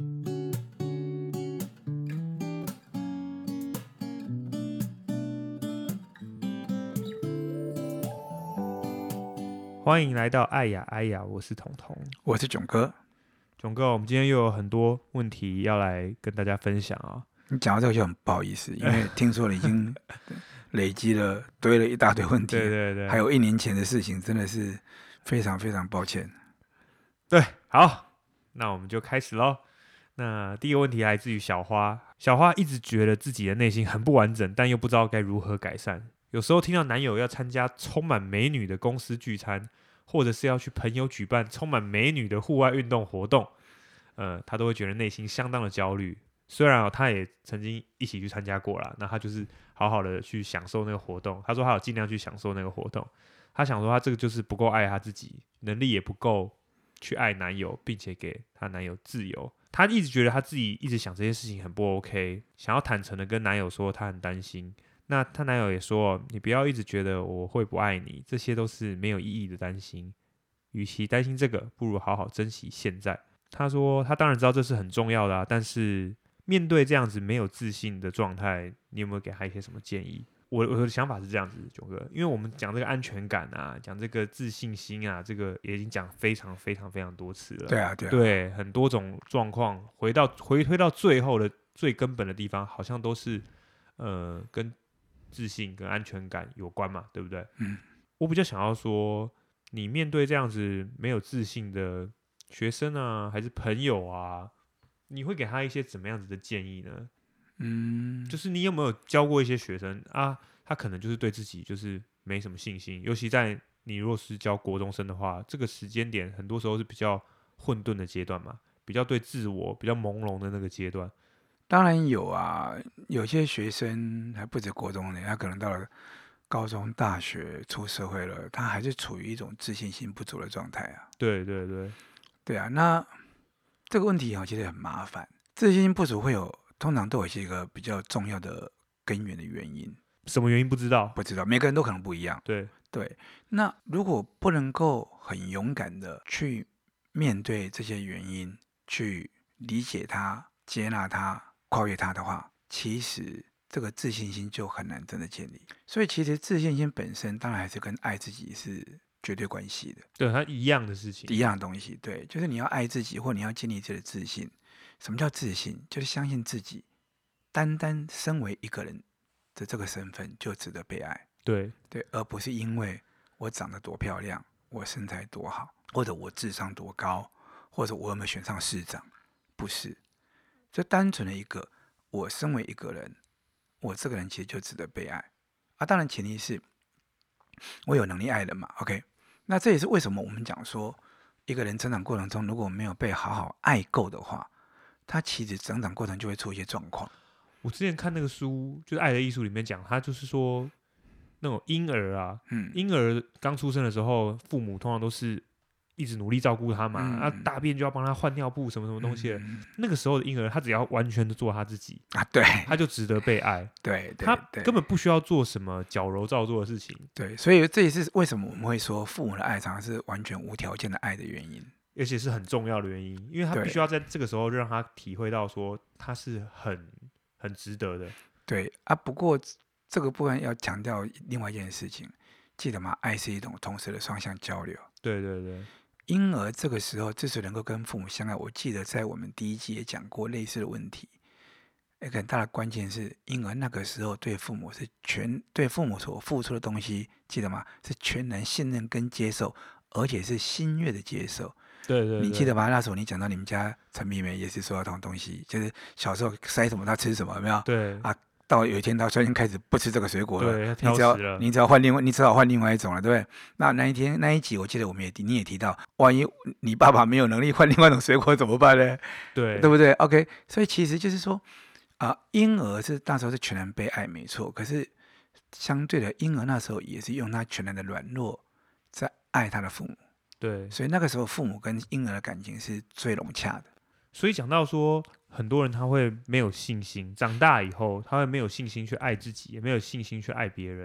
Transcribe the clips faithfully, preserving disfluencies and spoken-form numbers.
欢迎来到爱呀爱呀，我是彤彤， 我是囧哥。 囧哥，我们今天又有很多问题要来跟大家分享啊。 你讲到这个就很不好意思，因为听说了已经累积了堆了一大堆问题， 对对对， 还有一年前的事情，真的是非常非常抱歉。 对，好，那我们就开始咯。那第一个问题来自于小花，小花一直觉得自己的内心很不完整，但又不知道该如何改善。有时候听到男友要参加充满美女的公司聚餐，或者是要去朋友举办充满美女的户外运动活动，呃，她都会觉得内心相当的焦虑。虽然、哦、她也曾经一起去参加过啦，那她就是好好的去享受那个活动。她说她有尽量去享受那个活动。她想说她这个就是不够爱她自己，能力也不够去爱男友，并且给她男友自由。她一直觉得她自己一直想这些事情很不 OK， 想要坦诚的跟男友说她很担心。那她男友也说，你不要一直觉得我会不爱你，这些都是没有意义的担心。与其担心这个，不如好好珍惜现在。她说，她当然知道这是很重要的啊，但是面对这样子没有自信的状态，你有没有给她一些什么建议？我我的想法是这样子，囧哥，因为我们讲这个安全感啊，讲这个自信心啊，这个也已经讲非常非常非常多次了。 对啊，对啊， 对，很多种状况，回到回推到最后的最根本的地方，好像都是呃跟自信跟安全感有关嘛，对不对？ 嗯， 我比较想要说，你面对这样子没有自信的学生啊，还是朋友啊，你会给他一些怎么样子的建议呢？ 嗯， 就是你有没有教过一些学生啊？他可能就是对自己就是没什么信心，尤其在你如果是教国中生的话，这个时间点很多时候是比较混沌的阶段嘛，比较对自我比较朦胧的那个阶段。 当然有啊，有些学生还不止国中呢，他可能到了高中、大学、出社会了，他还是处于一种自信心不足的状态啊。 对对对， 对啊，那这个问题啊，其实很麻烦。自信心不足会有，通常都有一个比较重要的根源的原因。 什么原因不知道？ 不知道，每个人都可能不一样。 对对，那如果不能够很勇敢的去面对这些原因，去理解它、接纳它、跨越它的话，其实这个自信心就很难真的建立。所以，其实自信心本身当然还是跟爱自己是绝对关系的， 对，它一样的事情， 一样的东西。对，就是你要爱自己，或你要建立自己的自信。什么叫自信？就是相信自己，单单身为一个人的这个身份就值得被爱。 对对，而不是因为我长得多漂亮，我身材多好，或者我智商多高，或者我有没有选上市长，不是，就单纯的一个，我身为一个人，我这个人其实就值得被爱啊。当然前提是我有能力爱人嘛 ，OK。那这也是为什么我们讲说，一个人成长过程中如果没有被好好爱够的话，他其实成长过程就会出一些状况。 我之前看那个书，就是《爱的艺术》里面讲，他就是说那种婴儿啊， 嗯， 婴儿刚出生的时候，父母通常都是一直努力照顾他嘛， 嗯啊，大便就要帮他换尿布，什么什么东西的。 嗯那个时候的婴儿，他只要完全的做他自己， 啊，对， 他就值得被爱， 对，对他对根本不需要做什么矫揉造作的事情， 对，所以这也是为什么我们会说父母的爱常常是完全无条件的爱的原因。 而且是很重要的原因，因为他对必须要在这个时候让他体会到说他是很很值得的。 对啊，不过这个部分要强调另外一件事情，记得吗？爱是一种同时的双向交流。 对对对， 婴儿这个时候之所以能够跟父母相爱，我记得在我们第一季也讲过类似的问题。一个很大的关键是，婴儿那个时候对父母是全对父母所付出的东西，记得吗？是全然信任跟接受，而且是心悦的接受。 对对对， 你记得吗？那时候你讲到你们家陈妹妹也是说到这种东西，就是小时候塞什么她吃什么，有没有？ 对啊，到有一天她突然开始不吃这个水果了， 对，他你只要挑食了， 你只要换另外，你只好换另外一种了，对不对？那那一天那一集，我记得我们也你也提到，万一你爸爸没有能力换另外一种水果怎么办呢？ 对对不对 ？OK， 所以其实就是说啊、婴儿是那时候是全然被爱，没错，可是相对的，婴儿那时候也是用他全然的软弱在爱他的父母。 对， 所以那个时候父母跟婴儿的感情是最融洽的。 所以讲到说，很多人他会没有信心，长大以后他会没有信心去爱自己，也没有信心去爱别人，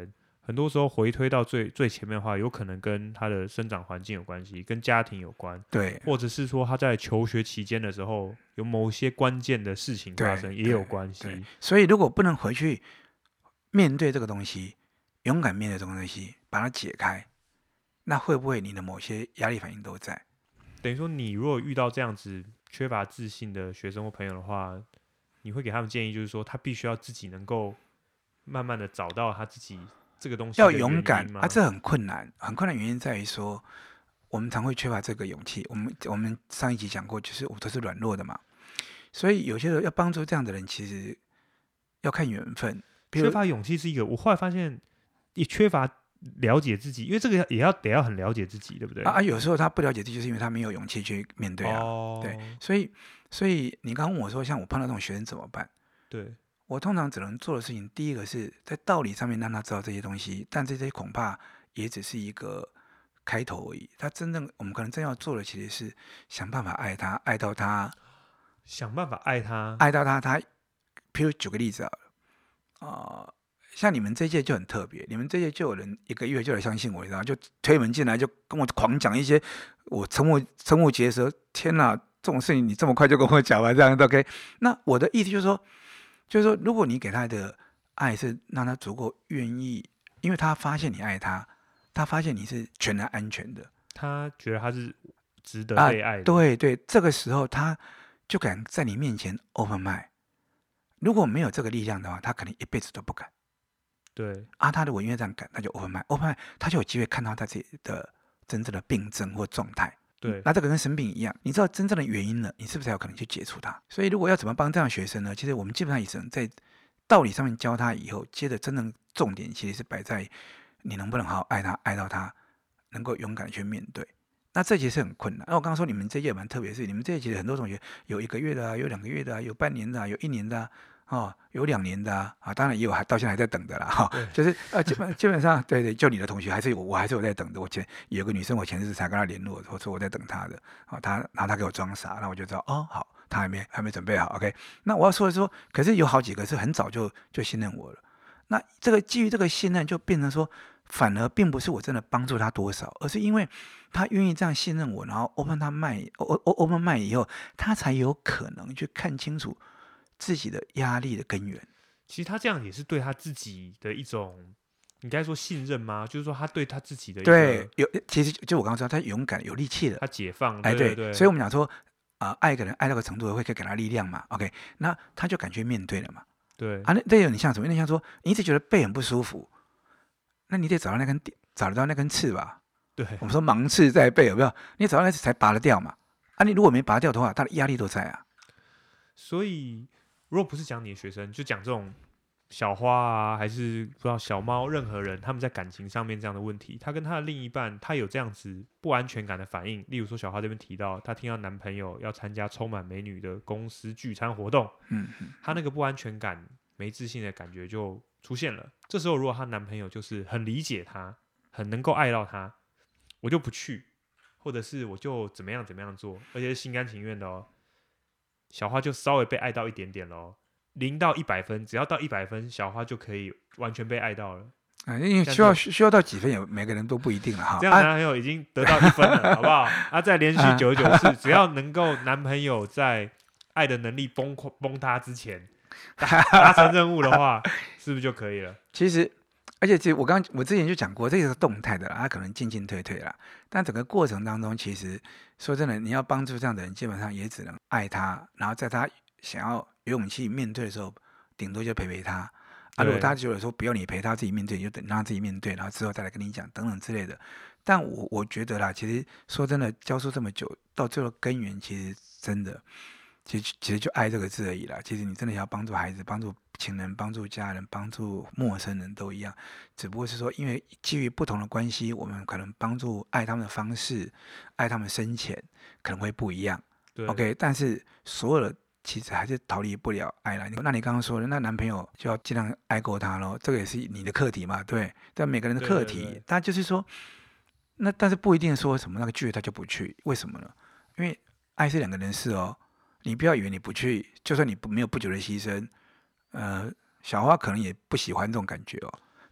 很多时候回推到最最前面的话，有可能跟他的生长环境有关系，跟家庭有关， 对， 或者是说他在求学期间的时候有某些关键的事情发生，也有关系。 所以如果不能回去面对这个东西，勇敢面对这个东西，把它解开，那会不会你的某些压力反应都在？ 等于说，你如果遇到这样子缺乏自信的学生或朋友的话，你会给他们建议，就是说他必须要自己能够慢慢的找到他自己这个东西的要原因勇敢吗？ 啊，这很困难，很困难原因在于说，我们常会缺乏这个勇气。我们我们上一集讲过，就是我都是软弱的嘛，所以有些人要帮助这样的人，其实要看缘分。 缺乏勇气是一个，我后来发现也缺乏了解自己，因为这个也要得要很了解自己，对不对？ 啊啊，有时候他不了解自己，就是因为他没有勇气去面对啊。 哦、 对，所以所以你刚刚问我说，像我碰到这种学生怎么办？ 对， 我通常只能做的事情，第一个是在道理上面让他知道这些东西，但这些恐怕也只是一个开头而已。他真正我们可能真要做的，其实是想办法爱他，爱到他， 想办法爱他， 爱到他，他，譬如举个例子啊，呃，像你们这届就很特别，你们这届就有人一个月就来相信我，你知道，就推门进来就跟我狂讲一些我瞠目瞠目结舌，天哪，这种事情你这么快就跟我讲完，这样 OK？那我的意思就是说，就是说，如果你给他的爱是让他足够愿意，因为他发现你爱他，他发现你是全然安全的， 他觉得他是值得啊， 被爱的， 对对，这个时候他就敢在你面前 open mind。如果没有这个力量的话，他可能一辈子都不敢。 对， 啊，他如果因为这样敢，他就 open mind，open mind，他就有机会看到他自己的真正的病症或状态。 对， 那这个跟生病一样，你知道真正的原因了，你是不是才有可能去解除它？所以，如果要怎么帮这样的学生呢？其实我们基本上也只能在道理上面教他，以后接着真正重点其实是摆在你能不能好好爱他，爱到他能够勇敢的去面对。那这其实很困难。那我刚刚说你们这届蛮特别的是，你们这届其实很多同学有一个月的啊，有两个月的啊，有半年的啊，有一年的啊。哦，有两年的啊，啊，当然也有还到现在还在等的啦，哈、哦，就是呃，基本基本上，对对，就你的同学还是有，我还是有在等的。我前有个女生，我前日才跟她联络，我说我在等她的，哦，她然后她给我装傻，那我就知道，哦，好，她还没还没准备好 ，OK。那我要说的是说，可是有好几个是很早就就信任我了，那这个基于这个信任，就变成说，反而并不是我真的帮助她多少，而是因为她愿意这样信任我，然后 open 她麦，open 麦以后，她才有可能去看清楚自己的压力的根源。 其实他这样也是对他自己的一种，应该说信任吗？就是说他对他自己的一个， 对，有其实就我刚刚说，他勇敢有力气的， 他解放， 哎， 对对，所以我们讲说，啊、呃，爱一个人爱到个程度会可以给他力量嘛 ，OK， 那他就敢去面对了嘛。 对啊，那这有点像什么？有点像说，你一直觉得背很不舒服，那你得找到那根找得到那根刺吧？ 对， 我们说芒刺在背，有没有？你找到那刺才拔得掉嘛？啊，你如果没拔掉的话，他的压力都在啊。 所以如果不是讲你的学生，就讲这种小花啊，还是不知道小猫，任何人他们在感情上面这样的问题，他跟他的另一半，他有这样子不安全感的反应。例如说，小花这边提到，她听到男朋友要参加充满美女的公司聚餐活动， 嗯嗯， 她那个不安全感、没自信的感觉就出现了。这时候，如果她男朋友就是很理解她，很能够爱到她，我就不去，或者是我就怎么样怎么样做，而且是心甘情愿的哦。小花就稍微被爱到一点点咯，零到一百分，只要到一百分，小花就可以完全被爱到了。 啊，因为需要需要到几分，有每个人都不一定了哈。 这样男朋友已经得到一分了，好不好？啊，再连续九十九次，只要能够男朋友在爱的能力崩崩塌之前达达成任务的话，是不是就可以了？ 其实。而且，其实我刚我之前就讲过，这个是动态的啦，他可能进进退退啦。但整个过程当中，其实说真的，你要帮助这样的人，基本上也只能爱他，然后在他想要有勇气面对的时候，顶多就陪陪他。啊，如果他觉得说不要你陪他自己面对，你就等让他自己面对，然后之后再来跟你讲等等之类的。但我我觉得啦，其实说真的，教书这么久，到最后根源其实真的，其实其实就爱这个字而已啦。其实你真的要帮助孩子，帮助情人，帮助家人，帮助陌生人都一样，只不过是说，因为基于不同的关系，我们可能帮助爱他们的方式，爱他们深浅可能会不一样。OK， 但是所有的其实还是逃离不了爱了。那你刚刚说的，那男朋友就要尽量爱过他咯，这个也是你的课题嘛，对？但每个人的课题，但就是说，那但是不一定说什么那个聚他就不去，为什么呢？因为爱是两个人事哦，你不要以为你不去，就算你不没有不久的牺牲。呃，小花可能也不喜欢这种感觉哦。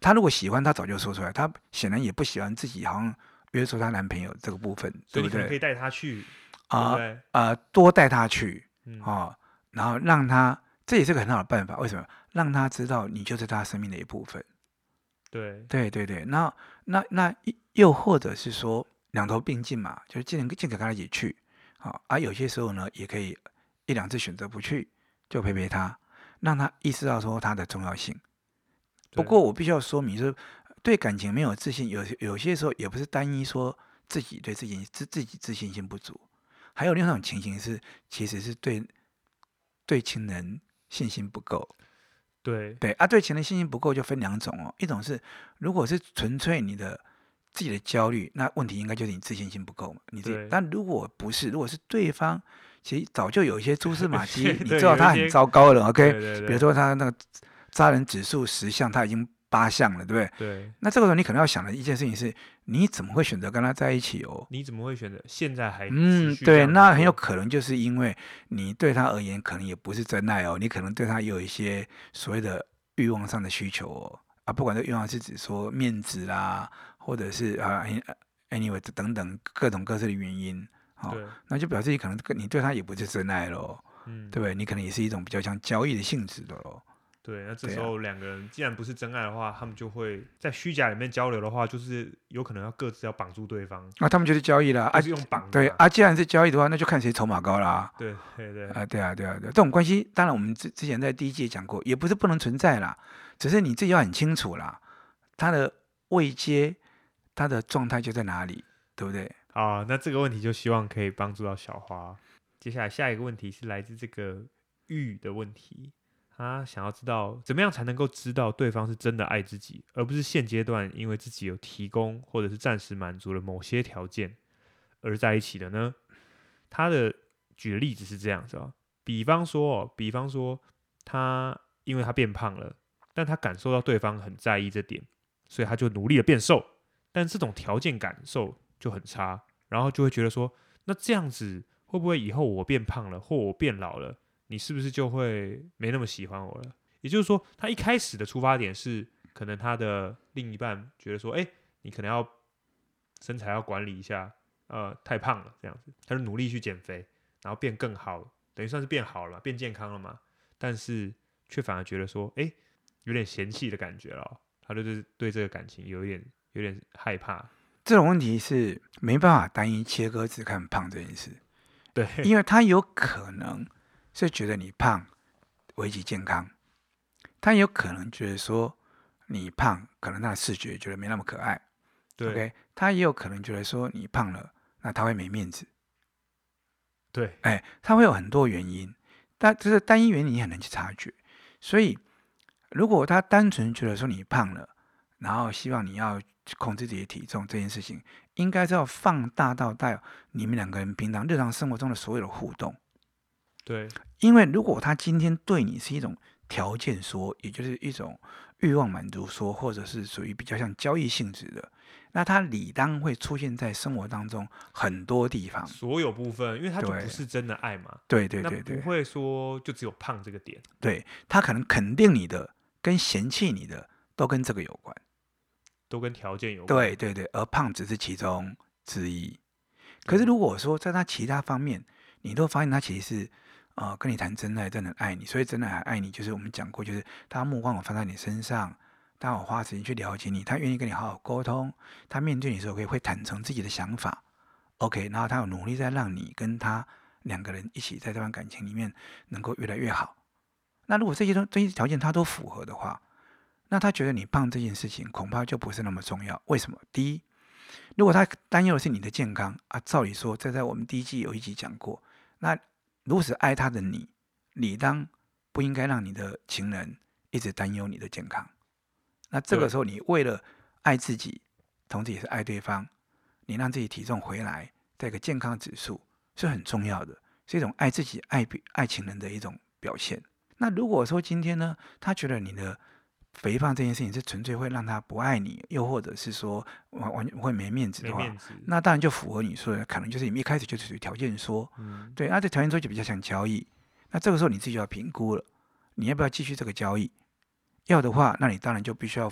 他如果喜欢，他早就说出来，他显然也不喜欢自己好像约束她男朋友这个部分，对不对？ 所以你可能可以带他去， 啊对不对？ 呃，多带他去嗯， 哦，然后让他，这也是个很好的办法。为什么？让他知道你就是他生命的一部分。 对对对对，那那那又或者是说两头并进嘛，就是尽尽可跟他一起去，好、啊，有些时候呢，也可以一两次选择不去，就陪陪他，让他意识到说他的重要性。不对过我必须要说明，就是对感情没有自信，有有些时候也不是单一说自己对自己自自己自信心不足，还有另外一种情形是，其实是对对情人信心不够。 对对啊，对情人信心不够就分两种哦，一种是如果是纯粹你的自己的焦虑，那问题应该就是你自信心不够嘛，你自己。 对但如果不是，如果是对方其实早就有一些蛛丝马迹，你对知道他很有一些糟糕了，OK？ 对对对比如说他那个杀人指数十项，他已经八项了，对不对？ 对， 那这个时候你可能要想的一件事情是，你怎么会选择跟他在一起哦？ 你怎么会选择现在还持嗯，对， 续这样子那很有做可能就是因为你对他而言可能也不是真爱哦，你可能对他有一些所谓的欲望上的需求哦，啊，不管这欲望是指说面子啦，或者是啊，anyway 等等各种各式的原因，哦， 对， 那就表示你可能跟你对他也不是真爱咯， 嗯， 对不对？你可能也是一种比较像交易的性质的咯。 对，那这对啊时候两个人既然不是真爱的话，他们就会在虚假里面交流的话，就是有可能要各自要绑住对方， 那、他们就是交易啦，啊， 就是用绑的嘛对啊，既然是交易的话，那就看谁筹码高啦。 对对对啊，对啊，对啊，对啊，这种关系，当然我们之之前在第一季也讲过，也不是不能存在啦，只是你自己要很清楚啦，他的位阶，他的状态就在哪里，对不对？ 好，那这个问题就希望可以帮助到小花。接下来下一个问题是来自这个玉的问题，他想要知道怎么样才能够知道对方是真的爱自己，而不是现阶段因为自己有提供或者是暂时满足了某些条件而在一起的呢？他的举的例子是这样子啊，比方说、哦，比方说他因为他变胖了，但他感受到对方很在意这点，所以他就努力的变瘦，但这种条件感受就很差，然后就会觉得说，那这样子会不会以后我变胖了，或我变老了，你是不是就会没那么喜欢我了？也就是说，他一开始的出发点是，可能他的另一半觉得说，哎、你可能要身材要管理一下，呃，太胖了这样子，他就努力去减肥，然后变更好，等于算是变好了嘛，变健康了嘛，但是却反而觉得说，哎、有点嫌弃的感觉了，他就是对这个感情有一点有点害怕， 这种问题是没办法单一切割只看胖这件事， 对因为他有可能是觉得你胖危及健康，他也有可能觉得说你胖，可能他的视觉觉得没那么可爱。 对 OK，他也有可能觉得说你胖了，那他会没面子。 对哎，他会有很多原因，但就是单一原因你很难去察觉。所以，如果他单纯觉得说你胖了，然后希望你要控制自己的体重这件事情，应该是要放大到带有你们两个人平常日常生活中的所有的互动。 对因为如果他今天对你是一种条件说，也就是一种欲望满足说，或者是属于比较像交易性质的，那他理当会出现在生活当中很多地方。 所有部分，因为他就对不是真的爱嘛， 对对对那不对会说就只有胖这个点， 对，他可能肯定你的跟嫌弃你的都跟这个有关。 都跟条件有关。 对对对，而胖只是其中之一。可是如果说在他其他方面，你都发现他其实是呃跟你谈真爱，真的很爱你，所以真的还爱你，就是我们讲过，就是他目光有放在你身上，他有花时间去了解你，他愿意跟你好好沟通，他面对你的时候可以会坦诚自己的想法，OK，然后他有努力在让你跟他两个人一起在这段感情里面能够越来越好。那如果这些东这些条件他都符合的话，那他觉得你胖这件事情恐怕就不是那么重要。为什么？第一，如果他担忧的是你的健康啊，照理说，这在我们第一季有一集讲过，那如此爱他的你，理当不应该让你的情人一直担忧你的健康。那这个时候，你为了爱自己，同时也是爱对方，你让自己体重回来，这个健康指数是很重要的，是一种爱自己、爱爱情人的一种表现。那如果说今天呢，他觉得你的肥胖这件事情是纯粹会让他不爱你，又或者是说完完全会没面子的话， 没面子， 那当然就符合你说的，可能就是你们一开始就是属于条件说， 嗯， 对，那、啊、这条件说就比较像交易，那这个时候你自己就要评估了，你要不要继续这个交易？要的话，那你当然就必须要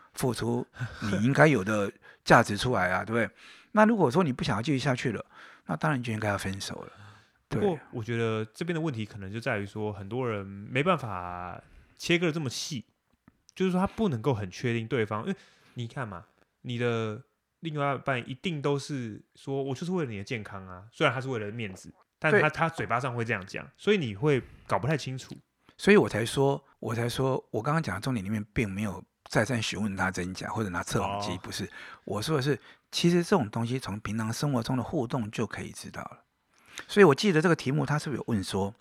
付出你应该有的价值出来啊，对不对？那如果说你不想要继续下去了，那当然就应该要分手了。 不过我觉得这边的问题可能就在于说，很多人没办法切割的这么细，就是说他不能够很确定对方，因为你看嘛，你的另外一半一定都是说我就是为了你的健康啊，虽然他是为了面子，但他他嘴巴上会这样讲，所以你会搞不太清楚。 所以我才说，我才说我刚刚讲的重点里面并没有再三询问他真假，或者拿测谎机，不是。我说的是，其实这种东西从平常生活中的互动就可以知道了。所以我记得这个题目，他是不是有问说，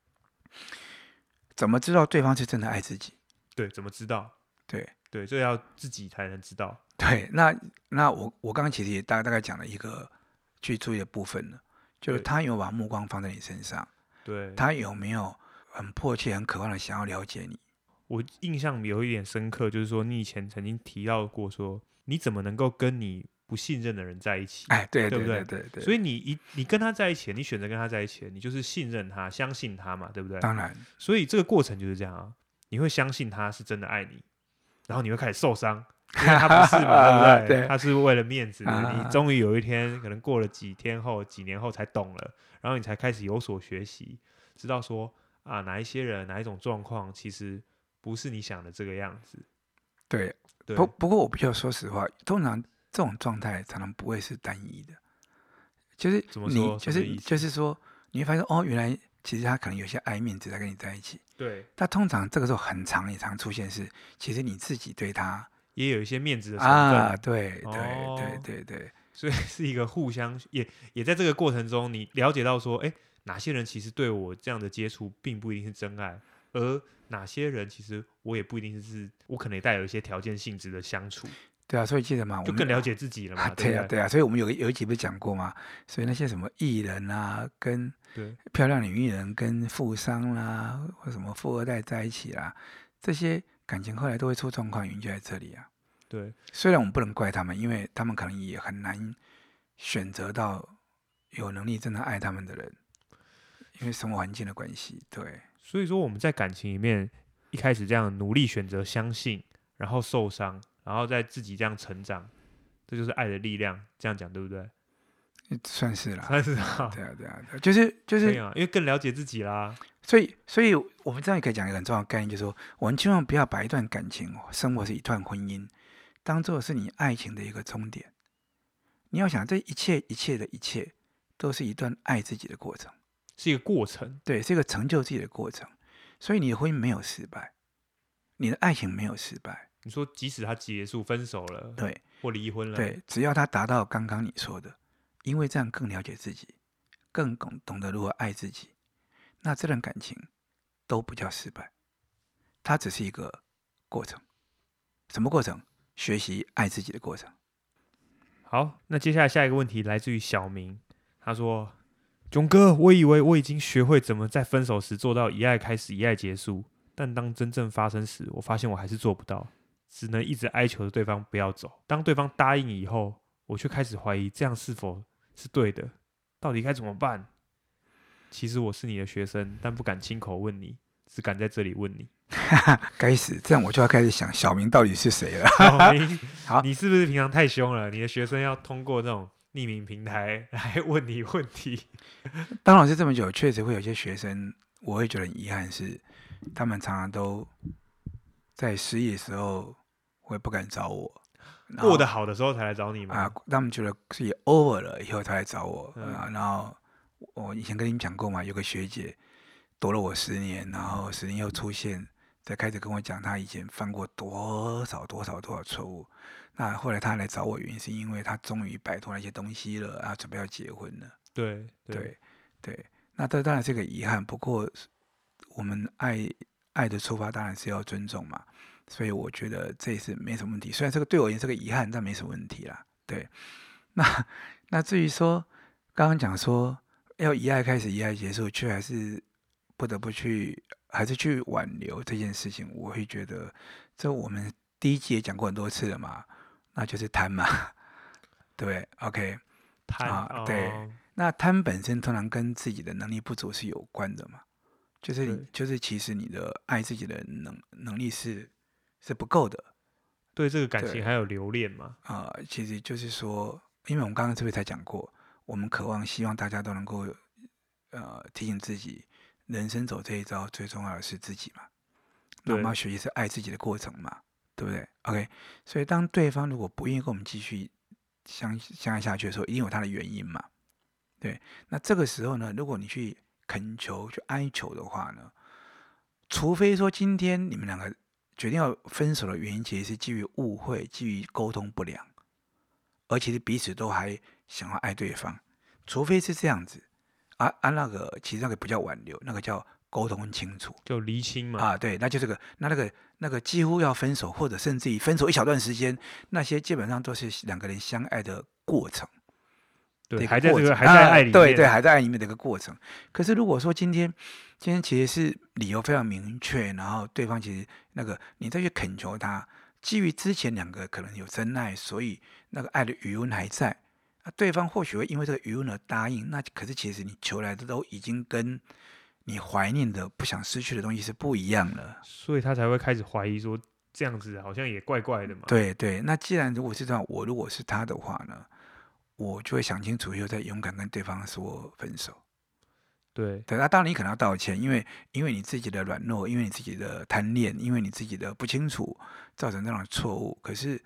怎么知道对方是真的爱自己？ 对，怎么知道？ 对对，这要自己才能知道。 对，那那我我刚刚其实也大大概讲了一个去注意的部分了，就是他有没有把目光放在你身上， 对， 他有没有很迫切、很渴望的想要了解你？ 我印象有一点深刻，就是说你以前曾经提到过说，你怎么能够跟你不信任的人在一起？ 哎，对对不对对对对。 所以你一你跟他在一起，你选择跟他在一起，你就是信任他、相信他嘛，对不对？ 当然。 所以这个过程就是这样啊，你会相信他是真的爱你，然后你会开始受伤，因为他不是嘛，对不对？ 对， 他是为了面子， 啊你终于有一天，可能过了几天后、几年后才懂了，然后你才开始有所学习，知道说啊，哪一些人、哪一种状况，其实不是你想的这个样子。 对， 对不不过我必须要说实话，通常这种状态常常不会是单一的，就是你就是就是说，你会发现哦，原来其实他可能有些爱面子在跟你在一起。 对， 但通常这个时候很常也常出现是，其实你自己对他也有一些面子的成分。 啊，对对哦、 对对对， 所以是一个互相也也在这个过程中，你了解到说，哎，哪些人其实对我这样的接触并不一定是真爱，而哪些人其实我也不一定是，我可能也带有一些条件性质的相处。 对啊，所以记得嘛， 就更了解自己了嘛。 啊对啊，对啊，所以我们有个有一集不是讲过吗？所以那些什么艺人啊，跟漂亮女艺人跟富商啦，或什么富二代在一起啦，这些感情后来都会出状况，原因就在这里啊。 对， 虽然我们不能怪他们，因为他们可能也很难选择到有能力真的爱他们的人，因为生活环境的关系。对， 所以说我们在感情里面一开始这样努力选择相信，然后受伤。然后再自己这样成长，这就是爱的力量。这样讲对不对？ 算是啦， 算是啊。 对啊，对啊，对啊，就是就是， 啊，因为更了解自己啦。 所以，所以我们这样也可以讲一个很重要的概念，就是说，我们千万不要把一段感情、生活是一段婚姻，当做是你爱情的一个终点。你要想，这一切一切的一切，都是一段爱自己的过程， 是一个过程。 对，是一个成就自己的过程。所以你的婚姻没有失败，你的爱情没有失败。 你说，即使他结束、分手了， 对， 或离婚了， 对，只要他达到刚刚你说的，因为这样更了解自己，更懂懂得如何爱自己，那这段感情都不叫失败，它只是一个过程。什么过程？学习爱自己的过程。 好，那接下来下一个问题来自于小明，他说：“囧哥，我以为我已经学会怎么在分手时做到一爱开始，一爱结束，但当真正发生时，我发现我还是做不到。”只能一直哀求对方不要走。当对方答应以后，我却开始怀疑这样是否是对的，到底该怎么办？其实我是你的学生，但不敢亲口问你，只敢在这里问你。 该死，这样我就要开始想小明到底是谁了。 小明， 好， 你是不是平常太凶了？你的学生要通过这种匿名平台来问你问题。 当老师这么久，确实会有些学生，我会觉得很遗憾是，他们常常都在失忆的时候会不敢找我， 过得好的时候才来找你吗？ 啊，他们觉得自己 over 了以后才来找我、 嗯啊。然后我以前跟你们讲过嘛，有个学姐躲了我十年，然后十年又出现，再开始跟我讲她以前犯过多少多少多少错误。那后来她来找我，原因是因为她终于摆脱那些东西了，啊，准备要结婚了。 对对 对, 对，那这当然是个遗憾，不过我们爱爱的出发当然是要尊重嘛。所以我觉得这也是没什么问题，虽然这个对我而言是个遗憾，但没什么问题啦。对，那那至于说刚刚讲说要一爱开始一爱结束，却还是不得不去还是去挽留这件事情，我会觉得这我们第一季也讲过很多次了嘛，那就是贪嘛，对不对 ？OK， 贪啊，对，哦、那贪本身通常跟自己的能力不足是有关的嘛，就是就是其实你的爱自己的能能力是。是不够的， 对这个感情对还有留恋嘛？ 啊、呃其实就是说，因为我们刚刚是不是才讲过，我们渴望希望大家都能够呃提醒自己，人生走这一遭最重要的是自己嘛。那我们要对学习是爱自己的过程嘛，对不对 ？OK，所以当对方如果不愿意跟我们继续相相爱下去的时候，一定有他的原因嘛。对，那这个时候呢，如果你去恳求、去哀求的话呢，除非说今天你们两个决定要分手的原因，其实是基于误会、基于沟通不良，而其实彼此都还想要爱对方，除非是这样子，啊啊，那个其实那个不叫挽留，那个叫沟通清楚。 就厘清嘛。 啊，对，那就这个，那那个那个几乎要分手，或者甚至于分手一小段时间，那些基本上都是两个人相爱的过程的对， 一个还在这个过程， 还在爱里面、 啊，对对，还在爱里面的一个过程。可是如果说今天今天其实是理由非常明确，然后对方其实那个你再去恳求他，基于之前两个可能有真爱，所以那个爱的余温还在，那对方或许会因为这个余温而答应，那可是其实你求来的都已经跟你怀念的、不想失去的东西是不一样了。 所以他才会开始怀疑说，这样子好像也怪怪的嘛。 对对，那既然如果是这样，我如果是他的话呢，我就会想清楚以后再勇敢跟对方说分手。 对对，那当然你可能要道歉，因为因为你自己的软弱，因为你自己的贪恋，因为你自己的不清楚，造成这样的错误。可是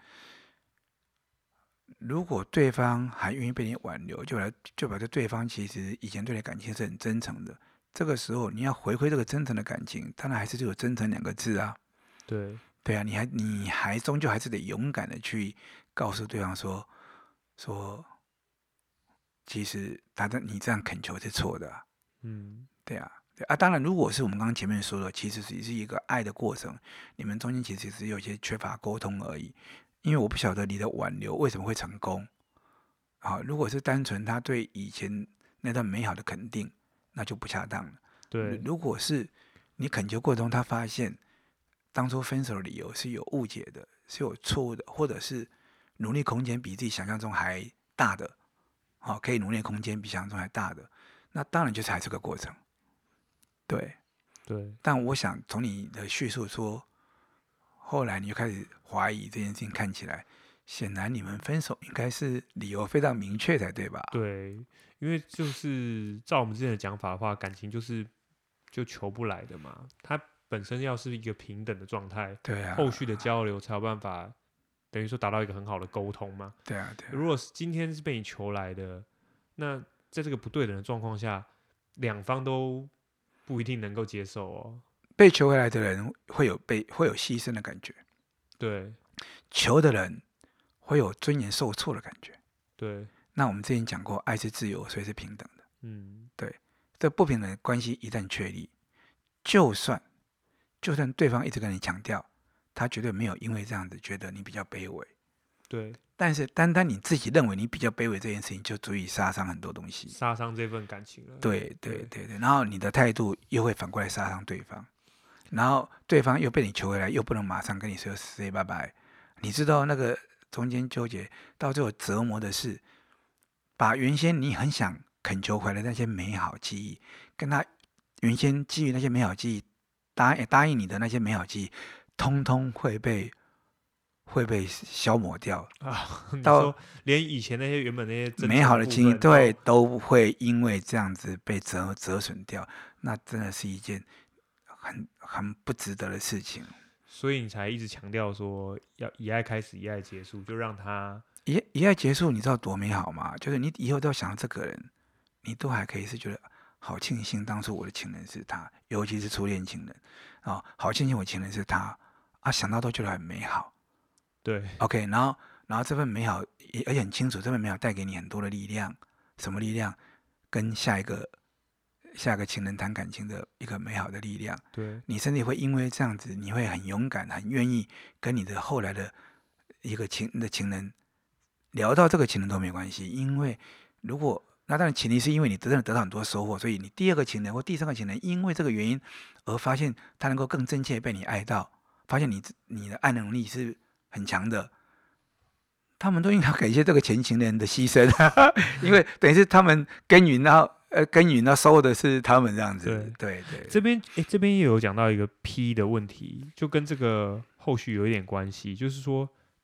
如果对方还愿意被你挽留，就表就表示对方其实以前对你的感情是很真诚的。这个时候你要回馈这个真诚的感情，当然还是只有真诚两个字啊。 对对啊，你还你还终究还是得勇敢的去告诉对方说说，其实他的你这样恳求是错的啊。 嗯， 对啊，对啊，当然，如果是我们刚刚前面说的，其实只是一个爱的过程，你们中间其实只有一些缺乏沟通而已。因为我不晓得你的挽留为什么会成功。好，如果是单纯他对以前那段美好的肯定，那就不恰当了。 对如果是你恳求过程中，他发现当初分手的理由是有误解的，是有错误的，或者是努力空间比自己想象中还大的，好，可以努力的空间比想象中还大的，那当然就是还是个过程。对， 对但我想从你的叙述说，后来你就开始怀疑这件事情，看起来显然你们分手应该是理由非常明确才对吧？ 对，因为就是照我们之前的讲法的话，感情就是就求不来的嘛。它本身要是一个平等的状态， 对啊， 后续的交流才有办法，等于说达到一个很好的沟通嘛。 对啊，对啊， 如果是今天是被你求来的，那在这个不对等的状况下，两方都不一定能够接受哦。 被求回来的人会有被会有牺牲的感觉， 对求的人会有尊严受挫的感觉。 对， 那我们之前讲过，爱是自由，所以是平等的。 嗯， 这不平等的关系一旦确立，就算就算对方一直跟你强调，他绝对没有因为这样子觉得你比较卑微， 对， 但是单单你自己认为你比较卑微这件事情，就足以杀伤很多东西。 杀伤这份感情了。 对对对对，然后你的态度又会反过来杀伤对方，然后对方又被你求回来，又不能马上跟你说 say 拜拜。你知道那个中间纠结到最后折磨的是，把原先你很想恳求回来的那些美好记忆，跟他原先基于那些美好记忆答答应你的那些美好记忆，通通会被会被消磨掉。 啊，你到说连以前那些原本那些真美诚好的经历， 部分对， 都都会因为这样子被折折损掉，那真的是一件很很不值得的事情。 所以你才一直强调说要以爱开始，以爱结束，就让他一一爱结束，你知道多美好吗？就是你以后都要想到这个人，你都还可以是觉得好庆幸当初我的情人是他，尤其是初恋情人啊、哦，好庆幸我情人是他啊，想到都觉得很美好。 对 OK，然后然后这份美好也而且很清楚，这份美好带给你很多的力量，什么力量？跟下一个下一个情人谈感情的一个美好的力量。 对你甚至会因为这样子，你会很勇敢，很愿意跟你的后来的一个情的情人聊到这个情人都没关系，因为如果那当然前提是因为你真的得到很多收获，所以你第二个情人或第三个情人因为这个原因而发现他能够更真切被你爱到，发现你你的爱能力是很强的，他们都应该感谢这个前情人的牺牲，因为等于是他们耕耘，然后呃耕耘，然后收的是他们这样子。对对对， 这边诶，这边也有讲到一个 P 的问题，就跟这个后续有一点关系，就是说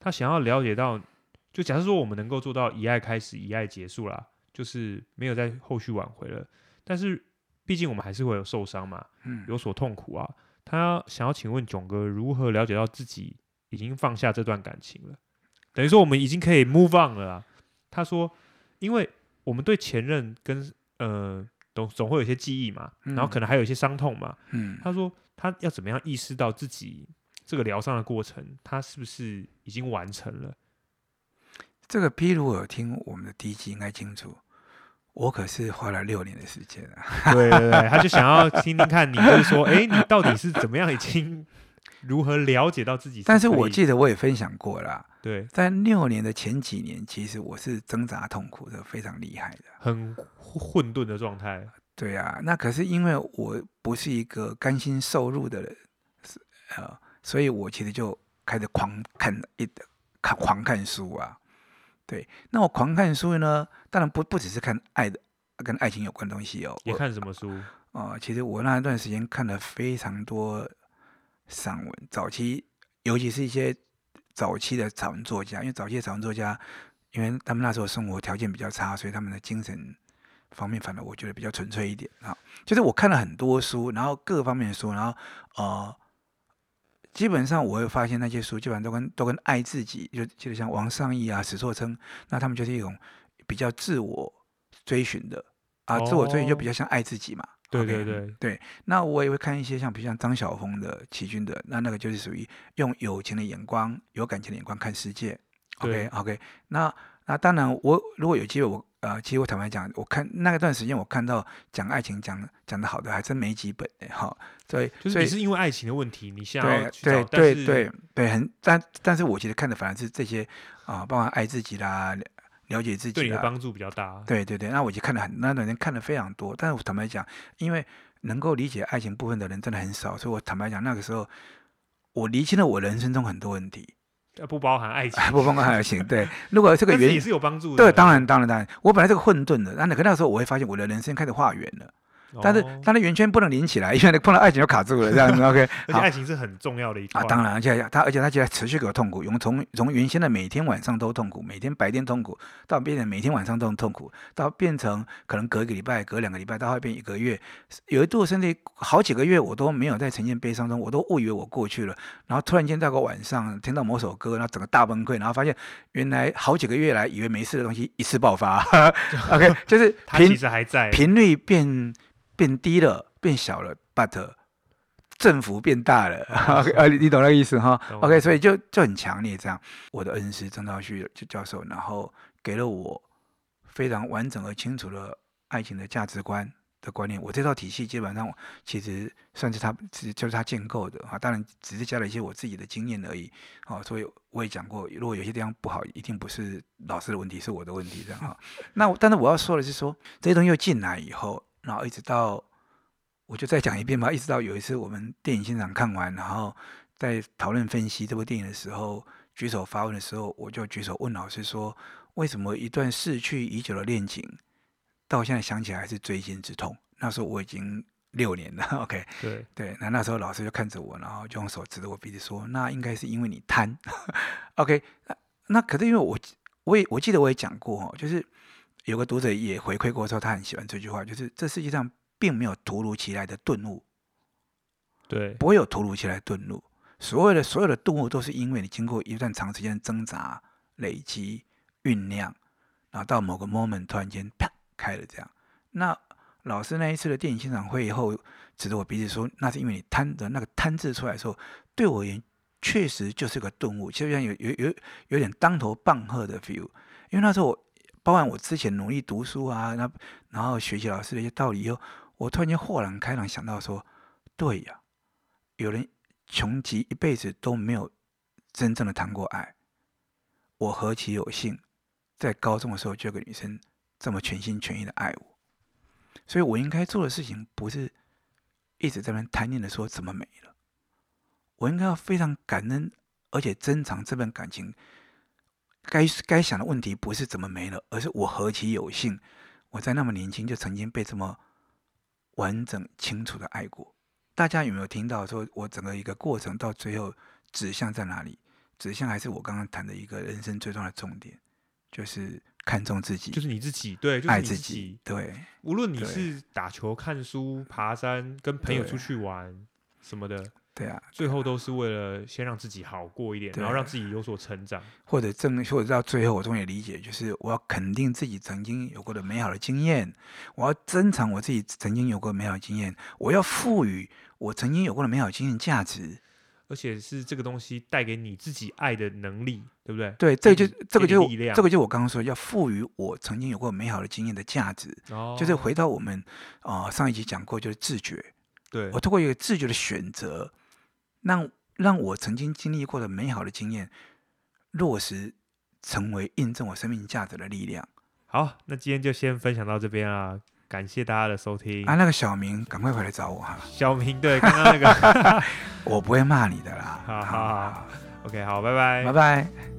他想要了解到，就假设说我们能够做到以爱开始，以爱结束啦，就是没有在后续挽回了，但是毕竟我们还是会有受伤嘛， 嗯， 有所痛苦啊。他想要请问囧哥，如何了解到自己已经放下这段感情了？等于说我们已经可以 move on 了啊。他说，因为我们对前任跟呃总总会有一些记忆嘛，然后可能还有一些伤痛嘛。 嗯， 他说他要怎么样意识到自己这个疗伤的过程，他是不是已经完成了？ 这个 P 如果有听我们的第一集应该清楚，我可是花了六年的时间啊。 对对对，他就想要听听看你，就是说，哎，你到底是怎么样，已经如何了解到自己是？ 但是我记得我也分享过啦， 对， 在六年的前几年，其实我是挣扎痛苦的，非常厉害的， 很混沌的状态。 对啊，那可是因为我不是一个甘心受辱的人，呃，所以我其实就开始狂看一看狂看书啊。对，那我狂看书呢，当然不不只是看爱的跟爱情有关的东西哦。 也看什么书？ 哦、呃，其实我那段时间看了非常多散文，早期尤其是一些早期的散文作家，因为早期的散文作家，因为他们那时候生活条件比较差，所以他们的精神方面反而我觉得比较纯粹一点啊。就是我看了很多书，然后各方面的书，然后呃。基本上我会发现那些书基本上都跟都跟爱自己，就就像王尚义啊、史作琛，那他们就是一种比较自我追寻的啊， 哦、 自我追寻就比较像爱自己嘛。 对对 okay, 对对。那我也会看一些像比如像张晓峰的、齐军的，那那个就是属于用友情的眼光、有感情的眼光看世界。OK OK， 那那当然我如果有机会我。呃，其实我坦白讲，我看那段时间，我看到讲爱情讲讲的好的还真没几本哎哈，所以就是你是因为爱情的问题，你想要去对找， 对对对对，很但但是我其实看的反而是这些啊、呃，包括爱自己啦，了解自己啦， 对你的帮助比较大。 对对对，那我就看了很那段时间看了非常多，但是我坦白讲，因为能够理解爱情部分的人真的很少，所以我坦白讲，那个时候我厘清了我人生中很多问题。 不包含爱情， 不包含爱情。对，如果这个原也是有帮助的。 对，当然，当然，当然，我本来是个混沌的，但那可那时候我会发现我的人生开始画圆了。但是它的圆圈不能连起来，因为碰到爱情就卡住了，这样子。OK， 而且爱情是很重要的一块啊，当然，而且它，而且它就在持续给我痛苦，从从原先的每天晚上都痛苦，每天白天痛苦，到变成每天晚上都痛苦，到变成可能隔一个礼拜、隔两个礼拜，到后变一个月，有一度甚至好几个月我都没有在呈现悲伤中，我都误以为我过去了，然后突然间到个晚上听到某首歌，然后整个大崩溃，然后发现原来好几个月来以为没事的东西一次爆发。OK， 就是它其实还在， 频率变。变低了，变小了 ，but 振幅变大了，哦、你懂那个意思哈 ？OK， 所以就就很强烈这样。我的恩师曾道旭教授，然后给了我非常完整而清楚的爱情的价值观的观念。我这套体系基本上其实算是他，就是他建构的啊。当然只是加了一些我自己的经验而已。哦，所以我也讲过，如果有些地方不好，一定不是老师的问题，是我的问题这样哈。那但是我要说的是说，这些东西又进来以后。然后一直到，我就再讲一遍吧。一直到有一次我们电影现场看完，然后在讨论分析这部电影的时候，举手发问的时候，我就举手问老师说：为什么一段逝去已久的恋情，到现在想起来还是锥心之痛？那时候我已经六年了 ，OK， 对对。那那时候老师就看着我，然后就用手指着我鼻子说：那应该是因为你贪，OK 那。那可是因为我我也我记得我也讲过就是。有个读者也回馈过说，他很喜欢这句话，就是这世界上并没有突如其来的顿悟， 对， 不会有突如其来的顿悟。所有的所有的顿悟都是因为你经过一段长时间的挣扎、累积、酝酿，然后到某个 moment 突然间啪开了这样。那老师那一次的电影欣赏会以后，指着我鼻子说，那是因为你贪的那个贪字出来的时候，对我而言确实就是个顿悟，就像有有有有点当头棒喝的 feel， 因为那时候我。包含我之前努力读书啊，然后学习老师的一些道理以后，我突然间豁然开朗，想到说，对呀，有人穷极一辈子都没有真正的谈过爱，我何其有幸，在高中的时候就有个女生这么全心全意的爱我，所以我应该做的事情不是一直在那边贪念的说怎么没了，我应该要非常感恩，而且珍藏这份感情。该该想的问题不是怎么没了，而是我何其有幸，我在那么年轻就曾经被这么完整清楚的爱过。大家有没有听到说我整个一个过程到最后指向在哪里？ 指向还是我刚刚谈的一个人生最重要的重点，就是看重自己， 就是你自己，对，就是爱你自自己己。 对， 无论你对是打球、看书、爬山、跟朋友对出去玩什么的， 对啊， 最后都是为了先让自己好过一点， 对然后让自己有所成长。 或者正或者到最后，我终于理解，就是我要肯定自己曾经有过的美好的经验，我要珍藏我自己曾经有过的美好的经验，我要赋予我曾经有过的美好经验价值。 而且是这个东西带给你自己爱的能力，对不对？ 对，这个就给你这个就给你力量这个就我刚刚说，要赋予我曾经有过美好的经验的价值， 哦， 就是回到我们啊、呃上一集讲过，就是自觉。 对我通过一个自觉的选择，让让我曾经经历过的美好的经验落实，成为印证我生命价值的力量。 好，那今天就先分享到这边啦，感谢大家的收听。 啊，那个小明，赶快回来找我哈， 小明，对，刚刚那个， 我不会骂你的啦。 好好好，OK，好，拜拜， 拜拜。